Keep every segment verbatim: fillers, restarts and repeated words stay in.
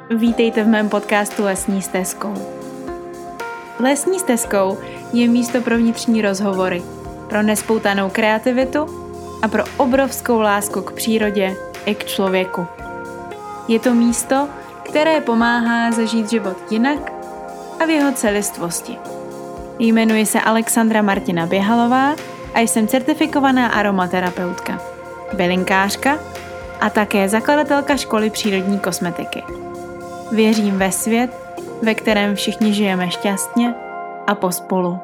Vítejte v mém podcastu Lesní stezkou. Lesní stezkou je místo pro vnitřní rozhovory, pro nespoutanou kreativitu a pro obrovskou lásku k přírodě i k člověku. Je to místo, které pomáhá zažít život jinak a v jeho celistvosti. Jmenuji se Alexandra Martina Běhalová a jsem certifikovaná aromaterapeutka, bylinkářka a také zakladatelka školy přírodní kosmetiky. Věřím ve svět, ve kterém všichni žijeme šťastně a pospolu.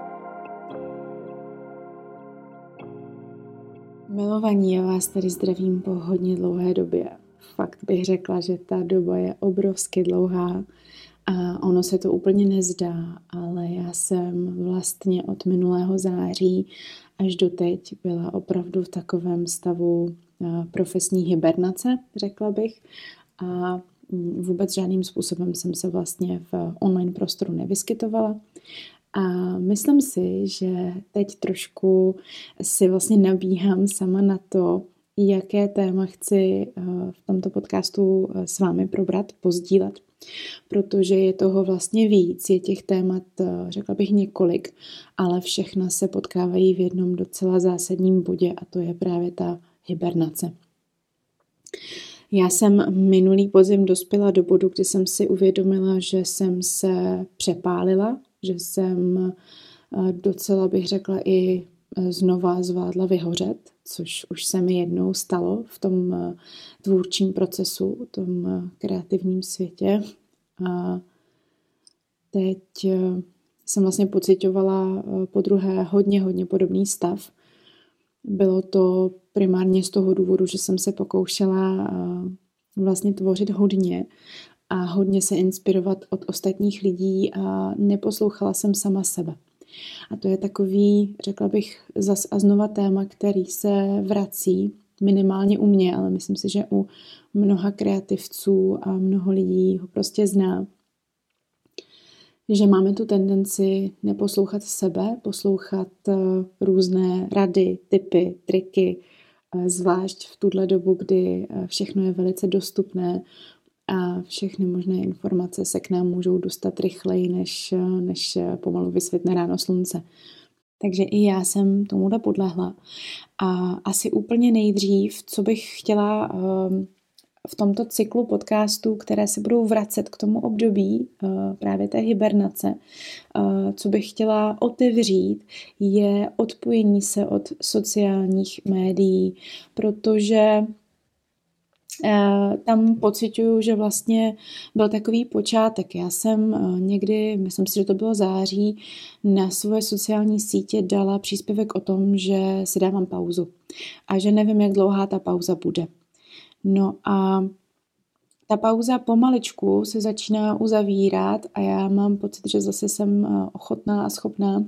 Milovaní, já vás tady zdravím po hodně dlouhé době. Fakt bych řekla, že ta doba je obrovsky dlouhá a ono se to úplně nezdá, ale já jsem vlastně od minulého září až do teď byla opravdu v takovém stavu profesní hibernace, řekla bych, a vůbec žádným způsobem jsem se vlastně v online prostoru nevyskytovala. A myslím si, že teď trošku si vlastně nabíhám sama na to, jaké téma chci v tomto podcastu s vámi probrat, pozdílet, protože je toho vlastně víc, je těch témat, řekla bych několik, ale všechna se potkávají v jednom docela zásadním bodě a to je právě ta hibernace. Já jsem minulý podzim dospěla do bodu, kdy jsem si uvědomila, že jsem se přepálila, že jsem docela bych řekla i znova zvládla vyhořet, což už se mi jednou stalo v tom tvůrčím procesu, v tom kreativním světě. A teď jsem vlastně pociťovala podruhé hodně, hodně podobný stav. Bylo to primárně z toho důvodu, že jsem se pokoušela vlastně tvořit hodně a hodně se inspirovat od ostatních lidí a neposlouchala jsem sama sebe. A to je takový, řekla bych, zas a znova téma, který se vrací minimálně u mě, ale myslím si, že u mnoha kreativců a mnoho lidí ho prostě zná. Že máme tu tendenci neposlouchat sebe, poslouchat různé rady, tipy, triky, zvlášť v tuhle dobu, kdy všechno je velice dostupné a všechny možné informace se k nám můžou dostat rychleji, než, než pomalu vysvětne ráno slunce. Takže i já jsem tomuhle podlehla. A asi úplně nejdřív, co bych chtěla v tomto cyklu podcastů, které se budou vracet k tomu období právě té hibernace, co bych chtěla otevřít, je odpojení se od sociálních médií, protože tam pociťuju, že vlastně byl takový počátek. Já jsem někdy, myslím si, že to bylo září, na svoje sociální sítě dala příspěvek o tom, že si dávám pauzu a že nevím, jak dlouhá ta pauza bude. No a ta pauza pomaličku se začíná uzavírat a já mám pocit, že zase jsem ochotná a schopná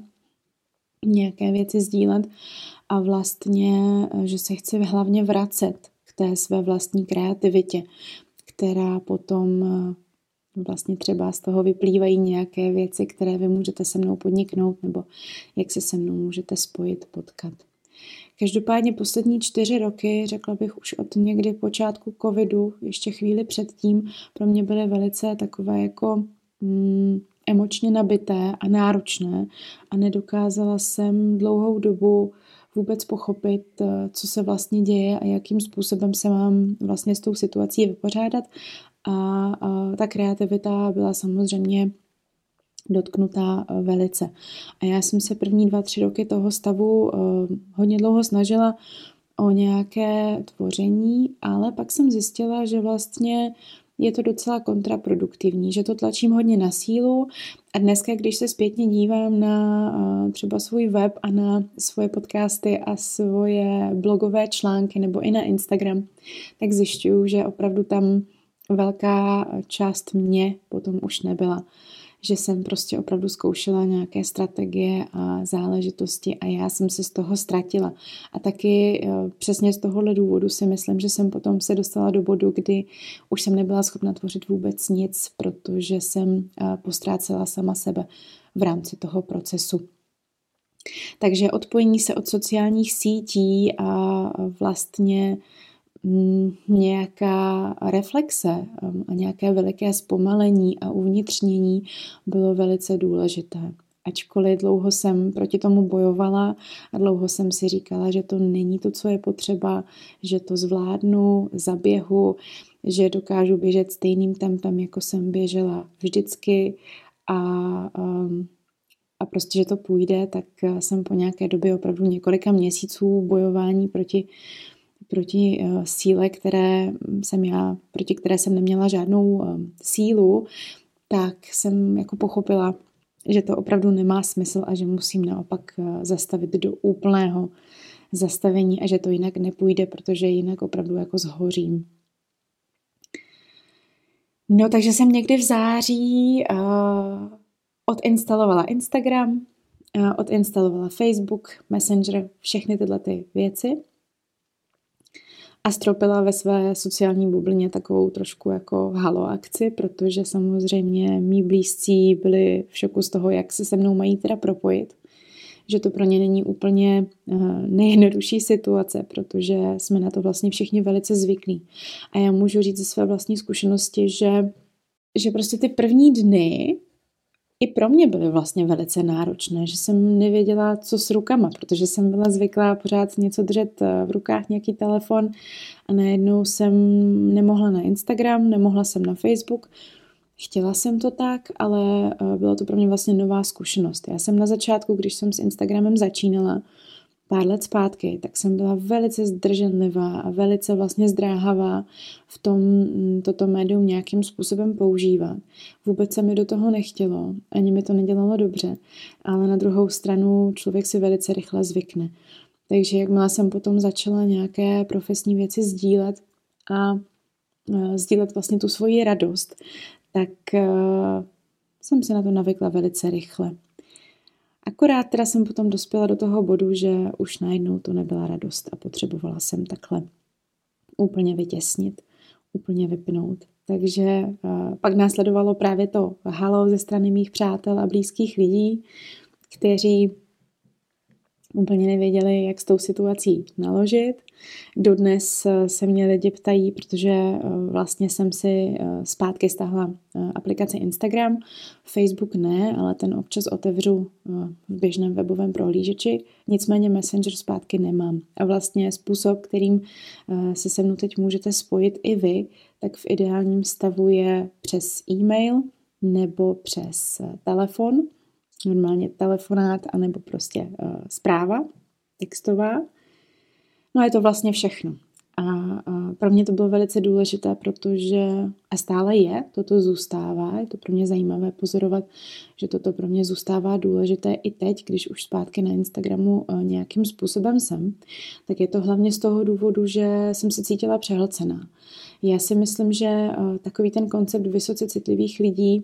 nějaké věci sdílet a vlastně, že se chci hlavně vracet k té své vlastní kreativitě, která potom vlastně třeba z toho vyplývají nějaké věci, které vy můžete se mnou podniknout nebo jak se se mnou můžete spojit, potkat. Každopádně poslední čtyři roky, řekla bych už od někdy počátku covidu, ještě chvíli předtím, pro mě byly velice takové jako mm, emočně nabité a náročné a nedokázala jsem dlouhou dobu vůbec pochopit, co se vlastně děje a jakým způsobem se mám vlastně s tou situací vypořádat. A, a ta kreativita byla samozřejmě dotknutá velice. A já jsem se první dva, tři roky toho stavu uh, hodně dlouho snažila o nějaké tvoření, ale pak jsem zjistila, že vlastně je to docela kontraproduktivní, že to tlačím hodně na sílu a dneska, když se zpětně dívám na uh, třeba svůj web a na svoje podcasty a svoje blogové články nebo i na Instagram, tak zjišťuju, že opravdu tam velká část mě potom už nebyla. Že jsem prostě opravdu zkoušela nějaké strategie a záležitosti a já jsem se z toho ztratila. A taky přesně z tohohle důvodu si myslím, že jsem potom se dostala do bodu, kdy už jsem nebyla schopna tvořit vůbec nic, protože jsem postrácela sama sebe v rámci toho procesu. Takže odpojení se od sociálních sítí a vlastně nějaká reflexe a nějaké veliké zpomalení a uvnitřnění bylo velice důležité. Ačkoliv dlouho jsem proti tomu bojovala a dlouho jsem si říkala, že to není to, co je potřeba, že to zvládnu, zaběhu, že dokážu běžet stejným tempem, jako jsem běžela vždycky a, a prostě, že to půjde, tak jsem po nějaké době opravdu několika měsíců bojování proti proti uh, síle, které jsem já, proti které jsem neměla žádnou uh, sílu, tak jsem jako pochopila, že to opravdu nemá smysl a že musím naopak uh, zastavit do úplného zastavení a že to jinak nepůjde, protože jinak opravdu jako zhořím. No, takže jsem někdy v září uh, odinstalovala Instagram, uh, odinstalovala Facebook, Messenger, všechny tyhle ty věci. A stroupila ve své sociální bublině takovou trošku jako halo akci, protože samozřejmě mí blízcí byli v šoku z toho, jak se se mnou mají teda propojit. Že to pro ně není úplně nejjednodušší situace, protože jsme na to vlastně všichni velice zvyklí. A já můžu říct ze své vlastní zkušenosti, že, že prostě ty první dny i pro mě byly vlastně velice náročné, že jsem nevěděla, co s rukama, protože jsem byla zvyklá pořád něco držet v rukách, nějaký telefon a najednou jsem nemohla na Instagram, nemohla jsem na Facebook. Chtěla jsem to tak, ale bylo to pro mě vlastně nová zkušenost. Já jsem na začátku, když jsem s Instagramem začínala, pár let zpátky, tak jsem byla velice zdrženlivá a velice vlastně zdráhavá v tom toto médium nějakým způsobem používat. Vůbec se mi do toho nechtělo, ani mi to nedělalo dobře, ale na druhou stranu člověk si velice rychle zvykne. Takže jakmile jsem potom začala nějaké profesní věci sdílet a sdílet vlastně tu svoji radost, tak jsem se na to navykla velice rychle. Akorát teda jsem potom dospěla do toho bodu, že už najednou to nebyla radost a potřebovala jsem takhle úplně vytěsnit, úplně vypnout. Takže uh, pak následovalo právě to halo ze strany mých přátel a blízkých lidí, kteří úplně nevěděli, jak s tou situací naložit. Dodnes se mě lidi ptají, protože vlastně jsem si zpátky stáhla aplikaci Instagram, Facebook ne, ale ten občas otevřu v běžném webovém prohlížeči, nicméně Messenger zpátky nemám. A vlastně způsob, kterým se se mnou teď můžete spojit i vy, tak v ideálním stavu je přes e-mail nebo přes telefon, normálně telefonát anebo prostě uh, zpráva textová. No a je to vlastně všechno. A, a pro mě to bylo velice důležité, protože, a stále je, toto zůstává, je to pro mě zajímavé pozorovat, že toto pro mě zůstává důležité i teď, když už zpátky na Instagramu uh, nějakým způsobem jsem, tak je to hlavně z toho důvodu, že jsem se cítila přehlcená. Já si myslím, že uh, takový ten koncept vysoce citlivých lidí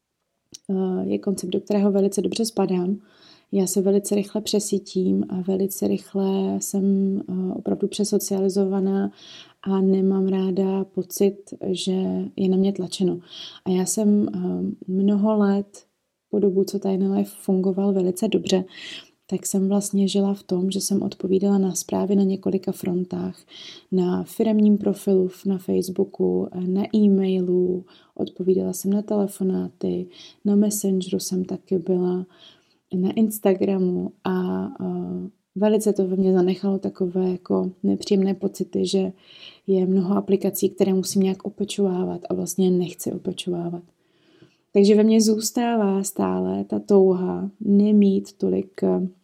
je koncept, do kterého velice dobře spadám. Já se velice rychle přesytím a velice rychle jsem opravdu přesocializovaná a nemám ráda pocit, že je na mě tlačeno. A já jsem mnoho let po dobu, co Tiny Life fungoval velice dobře, tak jsem vlastně žila v tom, že jsem odpovídala na zprávy na několika frontách, na firemním profilu na Facebooku, na e-mailu, odpovídala jsem na telefonáty, na Messengeru jsem taky byla, na Instagramu a, a velice to ve mně zanechalo takové jako nepříjemné pocity, že je mnoho aplikací, které musím nějak opečovávat a vlastně nechci opečovávat. Takže ve mně zůstává stále ta touha nemít tolik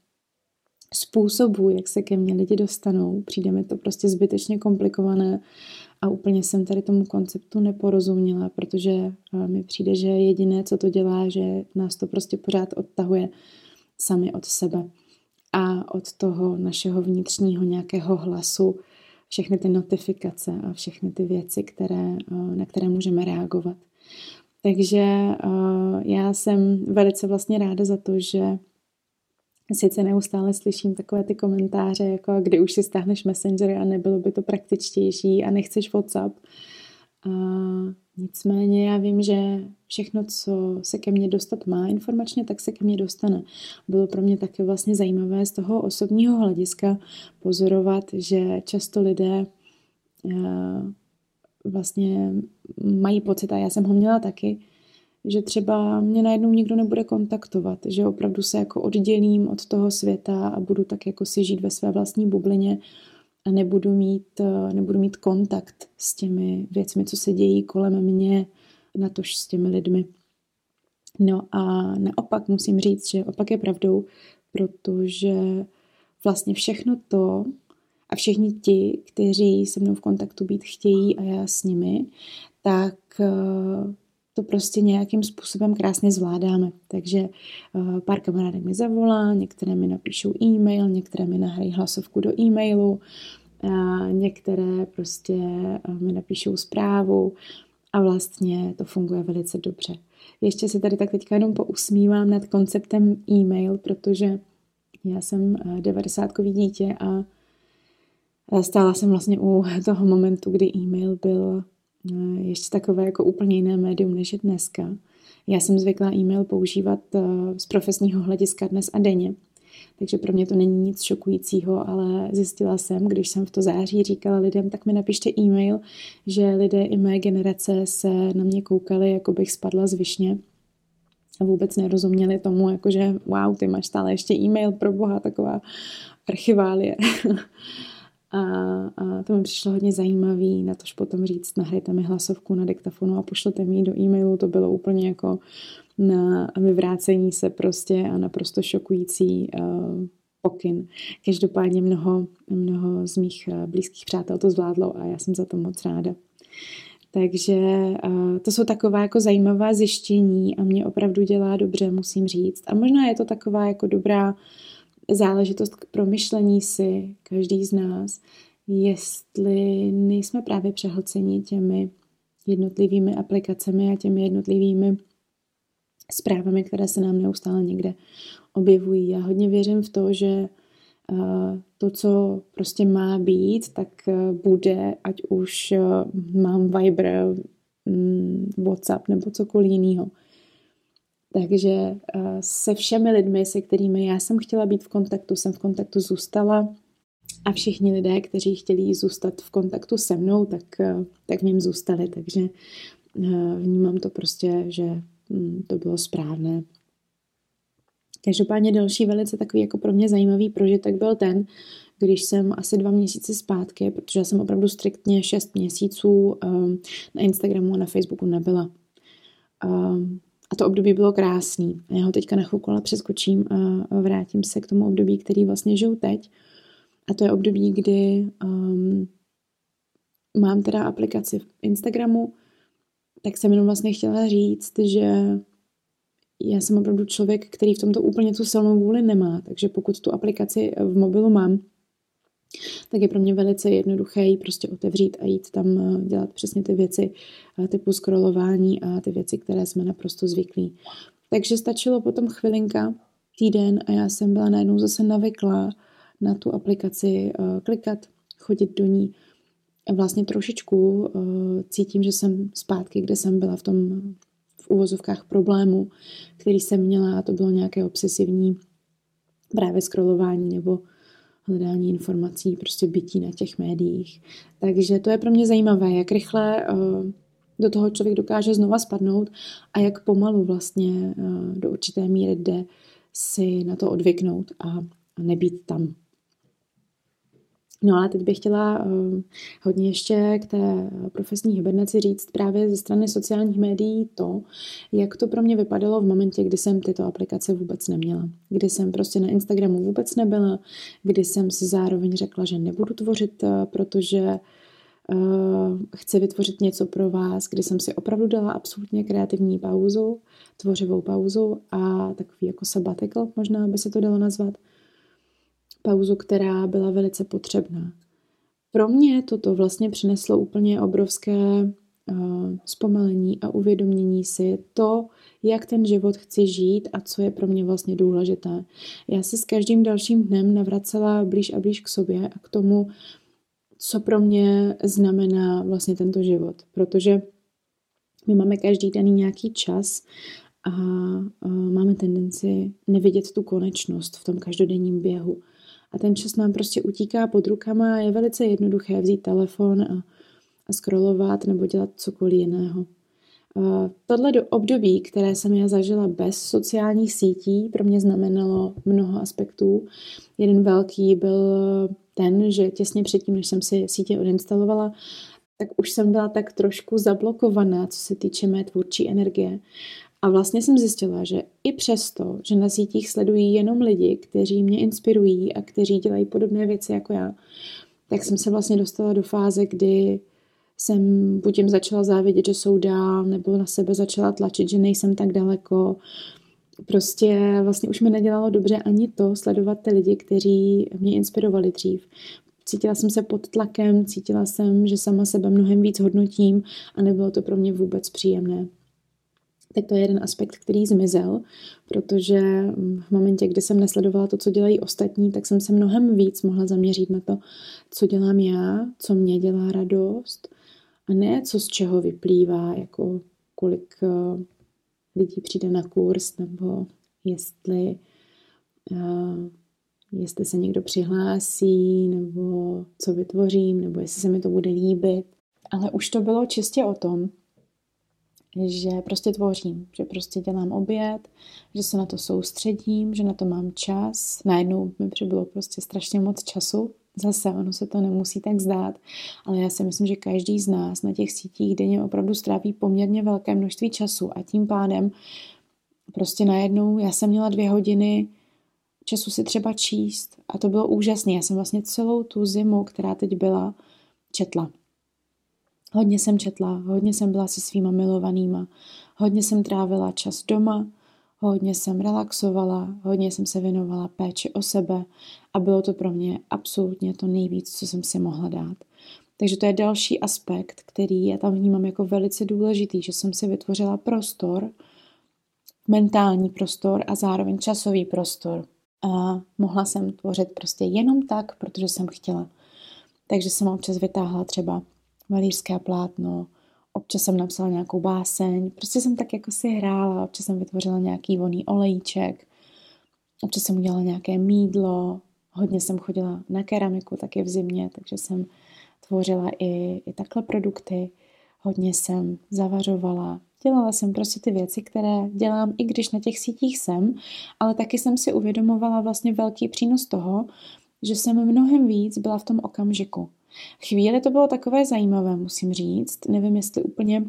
způsobů, jak se ke mně lidi dostanou. Přijde mi to prostě zbytečně komplikované a úplně jsem tady tomu konceptu neporozuměla, protože mi přijde, že jediné, co to dělá, že nás to prostě pořád odtahuje sami od sebe a od toho našeho vnitřního nějakého hlasu, všechny ty notifikace a všechny ty věci, které, na které můžeme reagovat. Takže uh, já jsem velice vlastně ráda za to, že sice neustále slyším takové ty komentáře, jako kdy už si stáhneš Messenger a nebylo by to praktičtější a nechceš WhatsApp. Uh, nicméně já vím, že všechno, co se ke mně dostat má informačně, tak se ke mně dostane. Bylo pro mě také vlastně zajímavé z toho osobního hlediska pozorovat, že často lidé vlastně mají pocit, a já jsem ho měla taky, že třeba mě najednou nikdo nebude kontaktovat, že opravdu se jako oddělím od toho světa a budu tak jako si žít ve své vlastní bublině a nebudu mít, nebudu mít kontakt s těmi věcmi, co se dějí kolem mě, natož s těmi lidmi. No a naopak musím říct, že opak je pravdou, protože vlastně všechno to a všichni ti, kteří se mnou v kontaktu být chtějí a já s nimi, tak to prostě nějakým způsobem krásně zvládáme. Takže pár kamarádek mi zavolá, některé mi napíšou e-mail, některé mi nahrají hlasovku do e-mailu, a některé prostě mi napíšou zprávu a vlastně to funguje velice dobře. Ještě se tady tak teďka jenom pousmívám nad konceptem e-mail, protože já jsem devadesátkový dítě a stála jsem vlastně u toho momentu, kdy e-mail byl ještě takové jako úplně jiné médium, než je dneska. Já jsem zvyklá e-mail používat z profesního hlediska dnes a denně, takže pro mě to není nic šokujícího, ale zjistila jsem, když jsem v to září říkala lidem, tak mi napište e-mail, že lidé i mé generace se na mě koukali, jako bych spadla z višně a vůbec nerozuměli tomu, jakože wow, ty máš stále ještě e-mail, pro boha, taková archiválie. A, a to mi přišlo hodně zajímavý, natož potom říct, nahrajte mi hlasovku na diktafonu a pošlete mi ji do e-mailu, to bylo úplně jako na vyvrácení se prostě a naprosto šokující uh, pokyn. Každopádně mnoho, mnoho z mých blízkých přátel to zvládlo a já jsem za to moc ráda. Takže uh, to jsou taková jako zajímavá zjištění a mě opravdu dělá dobře, musím říct. A možná je to taková jako dobrá záležitost k promyšlení si, každý z nás, jestli nejsme právě přehlceni těmi jednotlivými aplikacemi a těmi jednotlivými zprávami, které se nám neustále někde objevují. Já hodně věřím v to, že to, co prostě má být, tak bude, ať už mám Viber, WhatsApp nebo cokoliv jiného. Takže se všemi lidmi, se kterými já jsem chtěla být v kontaktu, jsem v kontaktu zůstala a všichni lidé, kteří chtěli zůstat v kontaktu se mnou, tak, tak v něm zůstali. Takže vnímám to prostě, že to bylo správné. Každopádně další velice takový jako pro mě zajímavý prožitek byl ten, když jsem asi dva měsíce zpátky, protože já jsem opravdu striktně šest měsíců na Instagramu a na Facebooku nebyla. A to období bylo krásný. Já ho teďka na chvilku přeskočím a vrátím se k tomu období, který vlastně žiju teď. A to je období, kdy um, mám teda aplikaci v Instagramu, tak jsem jenom vlastně chtěla říct, že já jsem opravdu člověk, který v tomto úplně tu silnou vůli nemá, takže pokud tu aplikaci v mobilu mám, tak je pro mě velice jednoduché ji prostě otevřít a jít tam dělat přesně ty věci typu scrollování a ty věci, které jsme naprosto zvyklí. Takže stačilo potom chvilinka, týden a já jsem byla najednou zase navyklá na tu aplikaci klikat, chodit do ní. A vlastně trošičku cítím, že jsem zpátky, kde jsem byla v tom v uvozovkách problému, který jsem měla a to bylo nějaké obsesivní právě scrollování nebo hledání informací, prostě bytí na těch médiích. Takže to je pro mě zajímavé, jak rychle uh, do toho člověk dokáže znova spadnout a jak pomalu vlastně uh, do určité míry jde si na to odvyknout a, a nebýt tam. No ale teď bych chtěla uh, hodně ještě k té profesní hibernaci říct právě ze strany sociálních médií to, jak to pro mě vypadalo v momentě, kdy jsem tyto aplikace vůbec neměla. Kdy jsem prostě na Instagramu vůbec nebyla, kdy jsem si zároveň řekla, že nebudu tvořit, protože uh, chci vytvořit něco pro vás, kdy jsem si opravdu dala absolutně kreativní pauzu, tvořivou pauzu a takový jako sabbatical, možná by se to dalo nazvat. Pauzu, která byla velice potřebná. Pro mě toto vlastně přineslo úplně obrovské uh, zpomalení a uvědomění si to, jak ten život chci žít a co je pro mě vlastně důležité. Já se s každým dalším dnem navracela blíž a blíž k sobě a k tomu, co pro mě znamená vlastně tento život. Protože my máme každý den nějaký čas a uh, máme tendenci nevidět tu konečnost v tom každodenním běhu. a ten čas nám prostě utíká pod rukama a je velice jednoduché vzít telefon a, a scrollovat nebo dělat cokoliv jiného. Uh, tohle do období, které jsem já zažila bez sociálních sítí, pro mě znamenalo mnoho aspektů. Jeden velký byl ten, že těsně předtím, než jsem si sítě odinstalovala, tak už jsem byla tak trošku zablokovaná, co se týče mé tvůrčí energie. A vlastně jsem zjistila, že i přesto, že na sítích sledují jenom lidi, kteří mě inspirují a kteří dělají podobné věci jako já, tak jsem se vlastně dostala do fáze, kdy jsem buď jim začala závidět, že jsou dál, nebo na sebe začala tlačit, že nejsem tak daleko. Prostě vlastně už mi nedělalo dobře ani to sledovat ty lidi, kteří mě inspirovali dřív. Cítila jsem se pod tlakem, cítila jsem, že sama sebe mnohem víc hodnotím a nebylo to pro mě vůbec příjemné. Tak to je jeden aspekt, který zmizel, protože v momentě, kdy jsem nesledovala to, co dělají ostatní, tak jsem se mnohem víc mohla zaměřit na to, co dělám já, co mě dělá radost a ne co z čeho vyplývá, jako kolik lidí přijde na kurz nebo jestli, jestli se někdo přihlásí nebo co vytvořím nebo jestli se mi to bude líbit. Ale už to bylo čistě o tom, že prostě tvořím, že prostě dělám oběd, že se na to soustředím, že na to mám čas. Najednou mi přibylo prostě strašně moc času. Zase ono se to nemusí tak zdát, ale já si myslím, že každý z nás na těch sítích denně opravdu stráví poměrně velké množství času a tím pádem prostě najednou já jsem měla dvě hodiny času si třeba číst a to bylo úžasné. Já jsem vlastně celou tu zimu, která teď byla, četla. Hodně jsem četla, hodně jsem byla se svýma milovanýma, hodně jsem trávila čas doma, hodně jsem relaxovala, hodně jsem se věnovala péči o sebe a bylo to pro mě absolutně to nejvíc, co jsem si mohla dát. Takže to je další aspekt, který já tam vnímám jako velice důležitý, že jsem si vytvořila prostor, mentální prostor a zároveň časový prostor. A mohla jsem tvořit prostě jenom tak, protože jsem chtěla. Takže jsem občas vytáhla třeba malířské plátno, občas jsem napsala nějakou báseň, prostě jsem tak jako si hrála, občas jsem vytvořila nějaký vonný olejček, občas jsem udělala nějaké mýdlo, hodně jsem chodila na keramiku taky v zimě, takže jsem tvořila i, i takhle produkty, hodně jsem zavařovala, dělala jsem prostě ty věci, které dělám, i když na těch sítích jsem, ale taky jsem si uvědomovala vlastně velký přínos toho, že jsem mnohem víc byla v tom okamžiku. Chvíli to bylo takové zajímavé, musím říct. Nevím, jestli úplně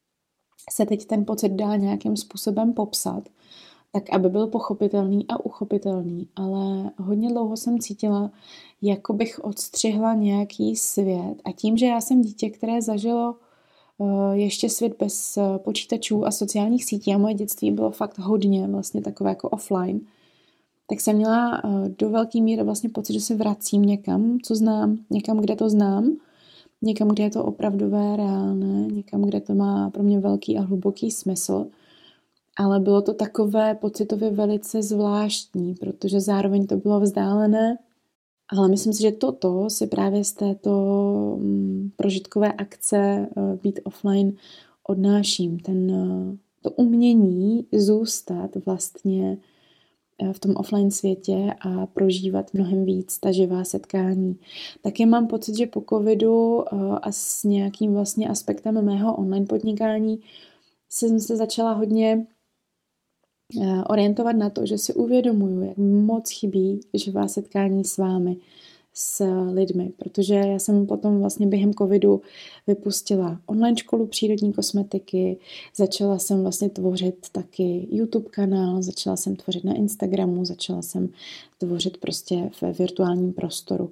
se teď ten pocit dá nějakým způsobem popsat, tak aby byl pochopitelný a uchopitelný, ale hodně dlouho jsem cítila, jako bych odstřihla nějaký svět a tím, že já jsem dítě, které zažilo uh, ještě svět bez uh, počítačů a sociálních sítí a moje dětství bylo fakt hodně vlastně takové jako offline, tak jsem měla do velké míry vlastně pocit, že se vracím někam, co znám, někam, kde to znám, někam, kde je to opravdové, reálné, někam, kde to má pro mě velký a hluboký smysl. Ale bylo to takové pocitově velice zvláštní, protože zároveň to bylo vzdálené. Ale myslím si, že toto si právě z této prožitkové akce být offline odnáším. Ten, to umění zůstat vlastně v tom offline světě a prožívat mnohem víc ta živá setkání. Taky mám pocit, že po covidu a s nějakým vlastně aspektem mého online podnikání jsem se začala hodně orientovat na to, že si uvědomuju, jak moc chybí živá setkání s vámi, s lidmi, protože já jsem potom vlastně během covidu vypustila online školu přírodní kosmetiky, začala jsem vlastně tvořit taky YouTube kanál, začala jsem tvořit na Instagramu, začala jsem tvořit prostě v virtuálním prostoru.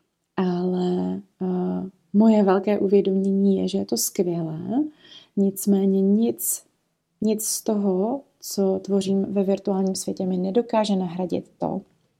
Ale uh, moje velké uvědomění je, že je to skvělé, nicméně nic, nic z toho, co tvořím ve virtuálním světě, mi nedokáže nahradit to,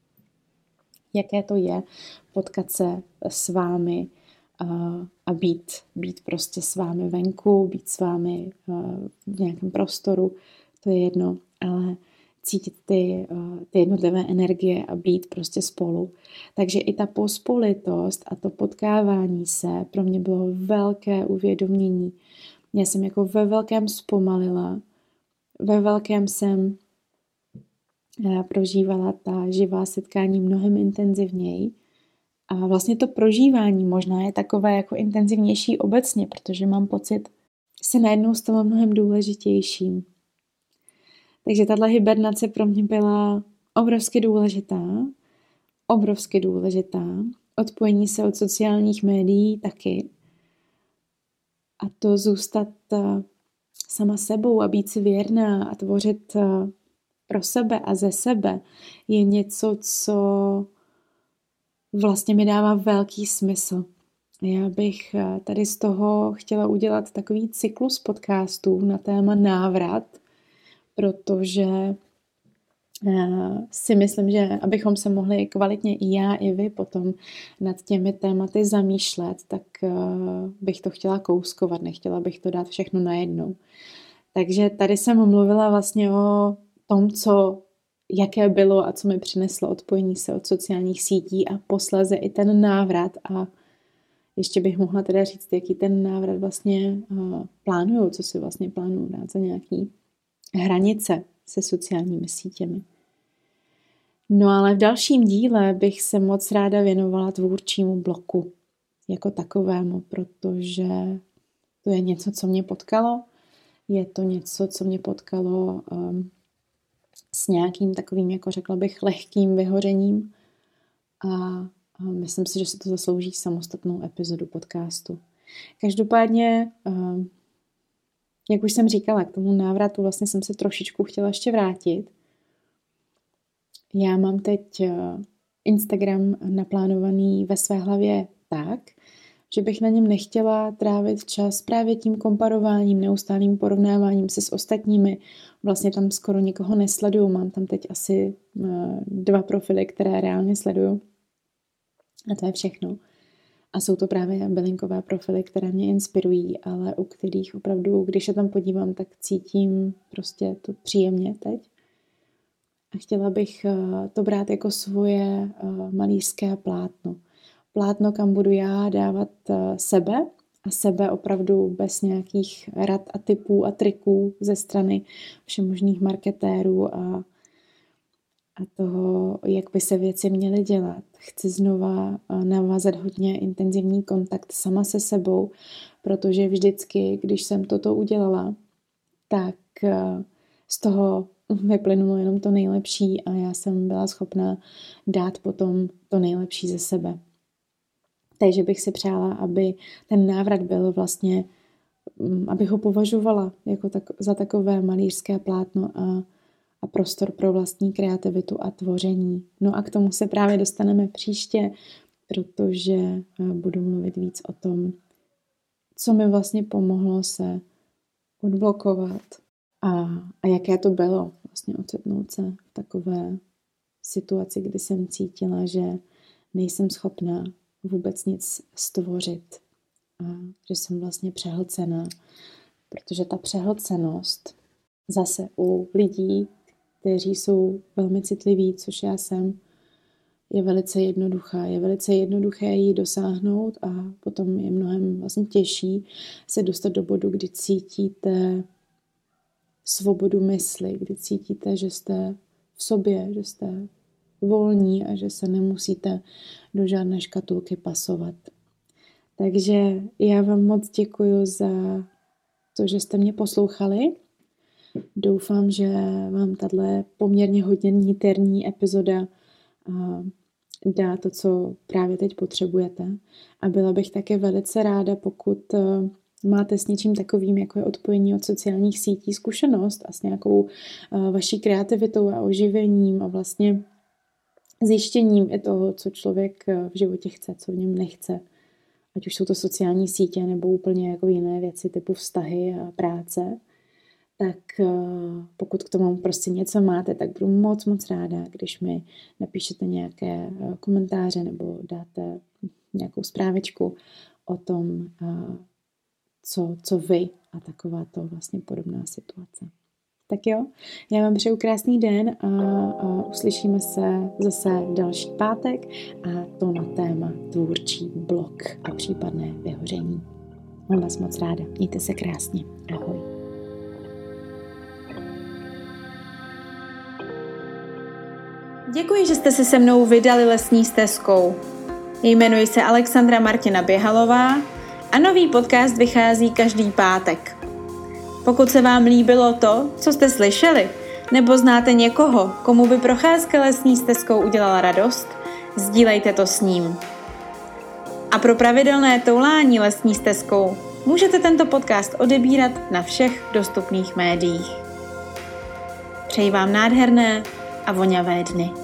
jaké to je potkat se s vámi uh, a být, být prostě s vámi venku, být s vámi uh, v nějakém prostoru, to je jedno, ale cítit ty, uh, ty jednotlivé energie a být prostě spolu. Takže i ta pospolitost a to potkávání se pro mě bylo velké uvědomění. Já jsem jako ve velkém zpomalila, ve velkém jsem prožívala ta živá setkání mnohem intenzivněji. A vlastně to prožívání možná je takové jako intenzivnější obecně, protože mám pocit, se najednou stalo mnohem důležitějším. Takže tahle hibernace pro mě byla obrovsky důležitá, obrovsky důležitá. Odpojení se od sociálních médií taky. A to zůstat sama sebou a být si věrná a tvořit pro sebe a ze sebe je něco, co vlastně mi dává velký smysl. Já bych tady z toho chtěla udělat takový cyklus podcastů na téma návrat, protože si myslím, že abychom se mohli kvalitně i já, i vy potom nad těmi tématy zamýšlet, tak bych to chtěla kouskovat, nechtěla bych to dát všechno najednou. Takže tady jsem mluvila vlastně o tom, co, jaké bylo a co mi přineslo odpojení se od sociálních sítí a posléze i ten návrat. A ještě bych mohla teda říct, jaký ten návrat vlastně plánuju, co si vlastně plánuju dát za nějaký hranice se sociálními sítěmi. No ale v dalším díle bych se moc ráda věnovala tvůrčímu bloku jako takovému, protože to je něco, co mě potkalo. Je to něco, co mě potkalo um, s nějakým takovým, jako řekla bych, lehkým vyhořením a, a myslím si, že se to zaslouží samostatnou epizodu podcastu. Každopádně, um, jak už jsem říkala, k tomu návratu vlastně jsem se trošičku chtěla ještě vrátit. Já mám teď Instagram naplánovaný ve své hlavě tak, že bych na něm nechtěla trávit čas právě tím komparováním, neustálým porovnáváním se s ostatními. Vlastně tam skoro nikoho nesleduju, mám tam teď asi dva profily, které reálně sleduju. A to je všechno. A jsou to právě bylinkové profily, které mě inspirují, ale u kterých opravdu, když se tam podívám, tak cítím prostě to příjemně teď. A chtěla bych to brát jako svoje malířské plátno. Plátno, kam budu já dávat sebe a sebe opravdu bez nějakých rad a tipů a triků ze strany všemožných marketérů a, a toho, jak by se věci měly dělat. Chci znova navázat hodně intenzivní kontakt sama se sebou, protože vždycky, když jsem toto udělala, tak z toho vyplynulo jenom to nejlepší a já jsem byla schopná dát potom to nejlepší ze sebe. Takže bych si přála, aby ten návrat byl vlastně, abych ho považovala jako tak, za takové malířské plátno a, a prostor pro vlastní kreativitu a tvoření. No a k tomu se právě dostaneme příště, protože budu mluvit víc o tom, co mi vlastně pomohlo se odblokovat a, a jaké to bylo vlastně ocitnout se v takové situaci, kdy jsem cítila, že nejsem schopná vůbec nic stvořit a že jsem vlastně přehlcená, protože ta přehlcenost zase u lidí, kteří jsou velmi citliví, což já jsem, je velice jednoduchá. Je velice jednoduché ji dosáhnout a potom je mnohem vlastně těžší se dostat do bodu, kdy cítíte svobodu mysli, kdy cítíte, že jste v sobě, že jste volní a že se nemusíte do žádné škatulky pasovat. Takže já vám moc děkuji za to, že jste mě poslouchali. Doufám, že vám tato poměrně hodně niterní epizoda dá to, co právě teď potřebujete. A byla bych také velice ráda, pokud máte s něčím takovým, jako je odpojení od sociálních sítí, zkušenost a s nějakou vaší kreativitou a oživením a vlastně zjištěním i toho, co člověk v životě chce, co v něm nechce. Ať už jsou to sociální sítě nebo úplně jako jiné věci typu vztahy a práce. Tak pokud k tomu prostě něco máte, tak budu moc, moc ráda, když mi napíšete nějaké komentáře nebo dáte nějakou zprávičku o tom, co, co vy a taková to vlastně podobná situace. Tak jo, já vám přeju krásný den a, a uslyšíme se zase další pátek a to na téma tvůrčí blok a případné vyhoření. Mám vás moc ráda, mějte se krásně, ahoj. Děkuji, že jste se se mnou vydali lesní stezkou. Jmenuji se Alexandra Martina Běhalová a nový podcast vychází každý pátek. Pokud se vám líbilo to, co jste slyšeli, nebo znáte někoho, komu by procházka lesní stezkou udělala radost, sdílejte to s ním. A pro pravidelné toulání lesní stezkou můžete tento podcast odebírat na všech dostupných médiích. Přeji vám nádherné a voňavé dny.